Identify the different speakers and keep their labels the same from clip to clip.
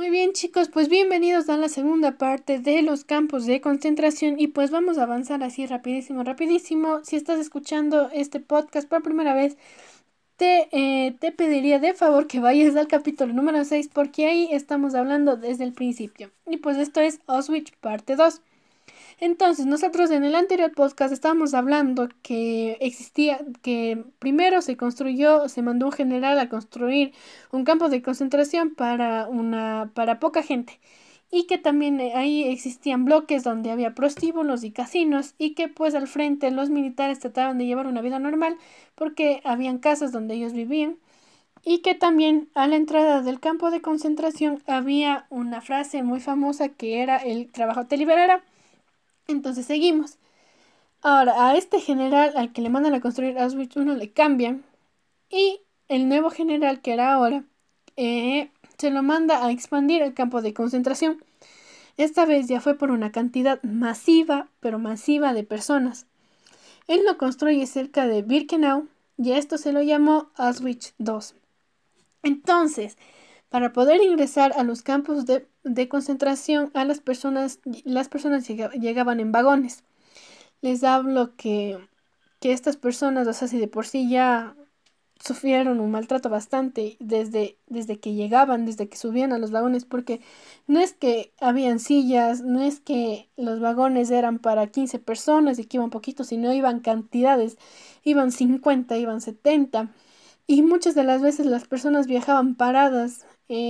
Speaker 1: Muy bien, chicos, pues bienvenidos a la segunda parte de los campos de concentración y pues vamos a avanzar así rapidísimo, rapidísimo. Si estás escuchando este podcast por primera vez, te pediría de favor que vayas al capítulo número 6 porque ahí estamos hablando desde el principio. Y pues esto es Auschwitz parte 2. Entonces, nosotros en el anterior podcast estábamos hablando que existía, que primero se mandó un general a construir un campo de concentración para poca gente. Y que también ahí existían bloques donde había prostíbulos y casinos y que pues al frente los militares trataban de llevar una vida normal porque habían casas donde ellos vivían y que también a la entrada del campo de concentración había una frase muy famosa que era el trabajo te liberará. Entonces seguimos. Ahora, a este general al que le mandan a construir Auschwitz uno le cambian y el nuevo general que era ahora se lo manda a expandir el campo de concentración. Esta vez ya fue por una cantidad masiva, pero masiva de personas. Él lo construye cerca de Birkenau y a esto se lo llamó Auschwitz II. Entonces, para poder ingresar a los campos de concentración, las personas llegaban en vagones. Les hablo que estas personas, o sea, si de por sí ya sufrieron un maltrato bastante desde que llegaban, desde que subían a los vagones, porque no es que habían sillas, no es que los vagones eran para 15 personas y que iban poquitos, sino iban cantidades, iban 50, iban 70, y muchas de las veces las personas viajaban paradas,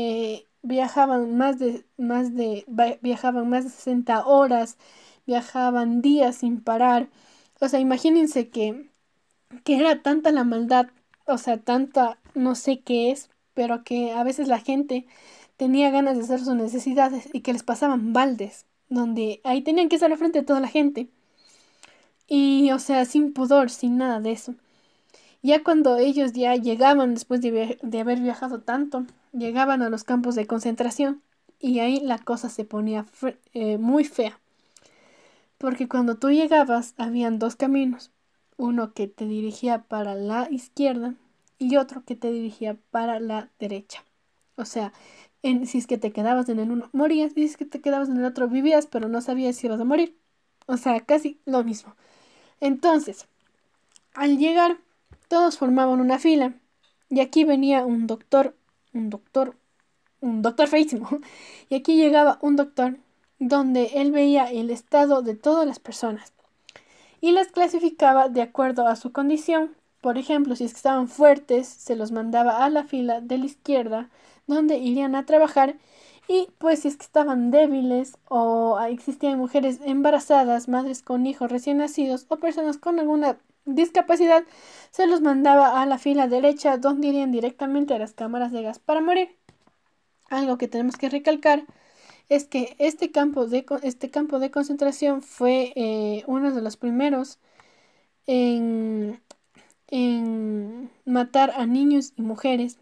Speaker 1: viajaban más de 60 horas, viajaban días sin parar. O sea, imagínense que era tanta la maldad, o sea, tanta, no sé qué es, pero que a veces la gente tenía ganas de hacer sus necesidades y que les pasaban baldes, donde ahí tenían que estar al frente de toda la gente. Y, o sea, sin pudor, sin nada de eso. Ya cuando ellos ya llegaban, después de haber viajado tanto, llegaban a los campos de concentración y ahí la cosa se ponía muy fea. Porque cuando tú llegabas, habían dos caminos, uno que te dirigía para la izquierda y otro que te dirigía para la derecha. O sea, si es que te quedabas en el uno, morías, y si es que te quedabas en el otro, vivías, pero no sabías si ibas a morir. O sea, casi lo mismo. Entonces, al llegar, todos formaban una fila y aquí venía un doctor, un doctor feísimo. Y aquí llegaba un doctor donde él veía el estado de todas las personas y las clasificaba de acuerdo a su condición. Por ejemplo, si es que estaban fuertes, se los mandaba a la fila de la izquierda, donde irían a trabajar, y pues si es que estaban débiles o existían mujeres embarazadas, madres con hijos recién nacidos o personas con alguna discapacidad, se los mandaba a la fila derecha, donde irían directamente a las cámaras de gas para morir. Algo que tenemos que recalcar es que este campo de concentración fue uno de los primeros en, en matar a niños y mujeres.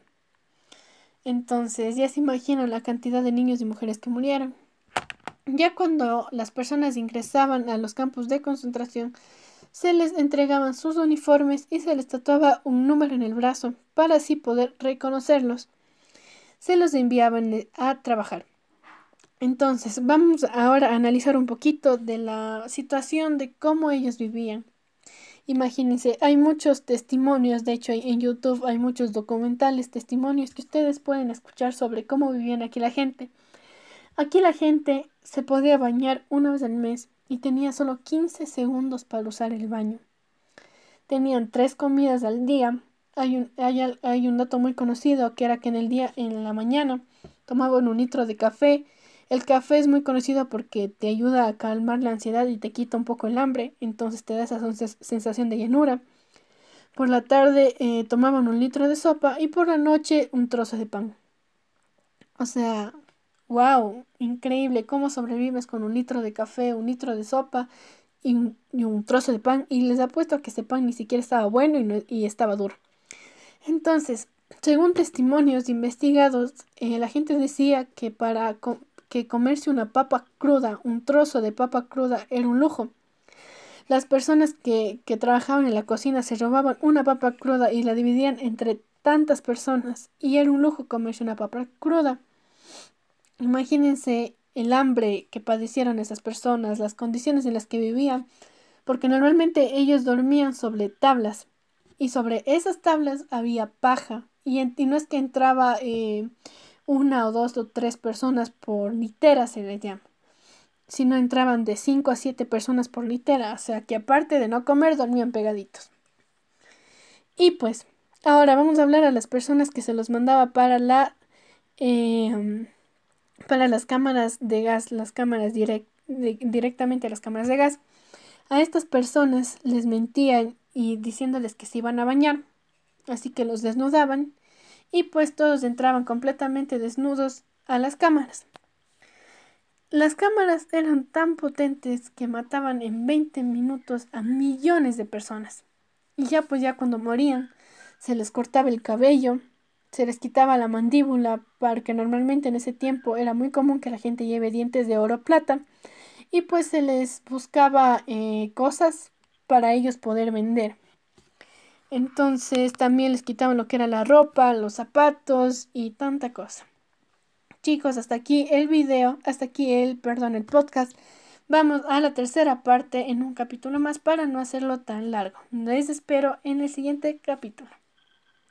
Speaker 1: Entonces ya se imaginan la cantidad de niños y mujeres que murieron. Ya cuando las personas ingresaban a los campos de concentración, se les entregaban sus uniformes y se les tatuaba un número en el brazo para así poder reconocerlos. Se los enviaban a trabajar. Entonces, vamos ahora a analizar un poquito de la situación de cómo ellos vivían. Imagínense, hay muchos testimonios, de hecho en YouTube hay muchos documentales, testimonios que ustedes pueden escuchar sobre cómo vivían aquí la gente. Aquí la gente se podía bañar una vez al mes y tenía solo 15 segundos para usar el baño. Tenían tres comidas al día. Hay un dato muy conocido que era que en la mañana, tomaban un litro de café. El café es muy conocido porque te ayuda a calmar la ansiedad y te quita un poco el hambre, entonces te da esa sensación de llenura. Por la tarde tomaban un litro de sopa y por la noche un trozo de pan. O sea, wow, increíble cómo sobrevives con un litro de café, un litro de sopa y un trozo de pan. Y les apuesto que ese pan ni siquiera estaba bueno y estaba duro. Entonces, según testimonios investigados, la gente decía que que comerse una papa cruda, un trozo de papa cruda, era un lujo. Las personas que trabajaban en la cocina se robaban una papa cruda y la dividían entre tantas personas, y era un lujo comerse una papa cruda. Imagínense el hambre que padecieron esas personas, las condiciones en las que vivían, porque normalmente ellos dormían sobre tablas y sobre esas tablas había paja y no es que entraba una o dos o tres personas por litera, se le llama, sino entraban de 5 a 7 personas por litera, o sea que aparte de no comer dormían pegaditos. Y pues ahora vamos a hablar a las personas que se los mandaba eh, para las cámaras de gas, las cámaras directamente a las cámaras de gas. A estas personas les mentían y diciéndoles que se iban a bañar, así que los desnudaban y pues todos entraban completamente desnudos a las cámaras. Las cámaras eran tan potentes que mataban en 20 minutos a millones de personas. Y ya pues ya cuando morían se les cortaba el cabello, se les quitaba la mandíbula, porque normalmente en ese tiempo era muy común que la gente lleve dientes de oro o plata, y pues se les buscaba cosas para ellos poder vender. Entonces también les quitaban lo que era la ropa, los zapatos y tanta cosa. Chicos, hasta aquí el video, perdón, el podcast. Vamos a la tercera parte en un capítulo más para no hacerlo tan largo. Les espero en el siguiente capítulo.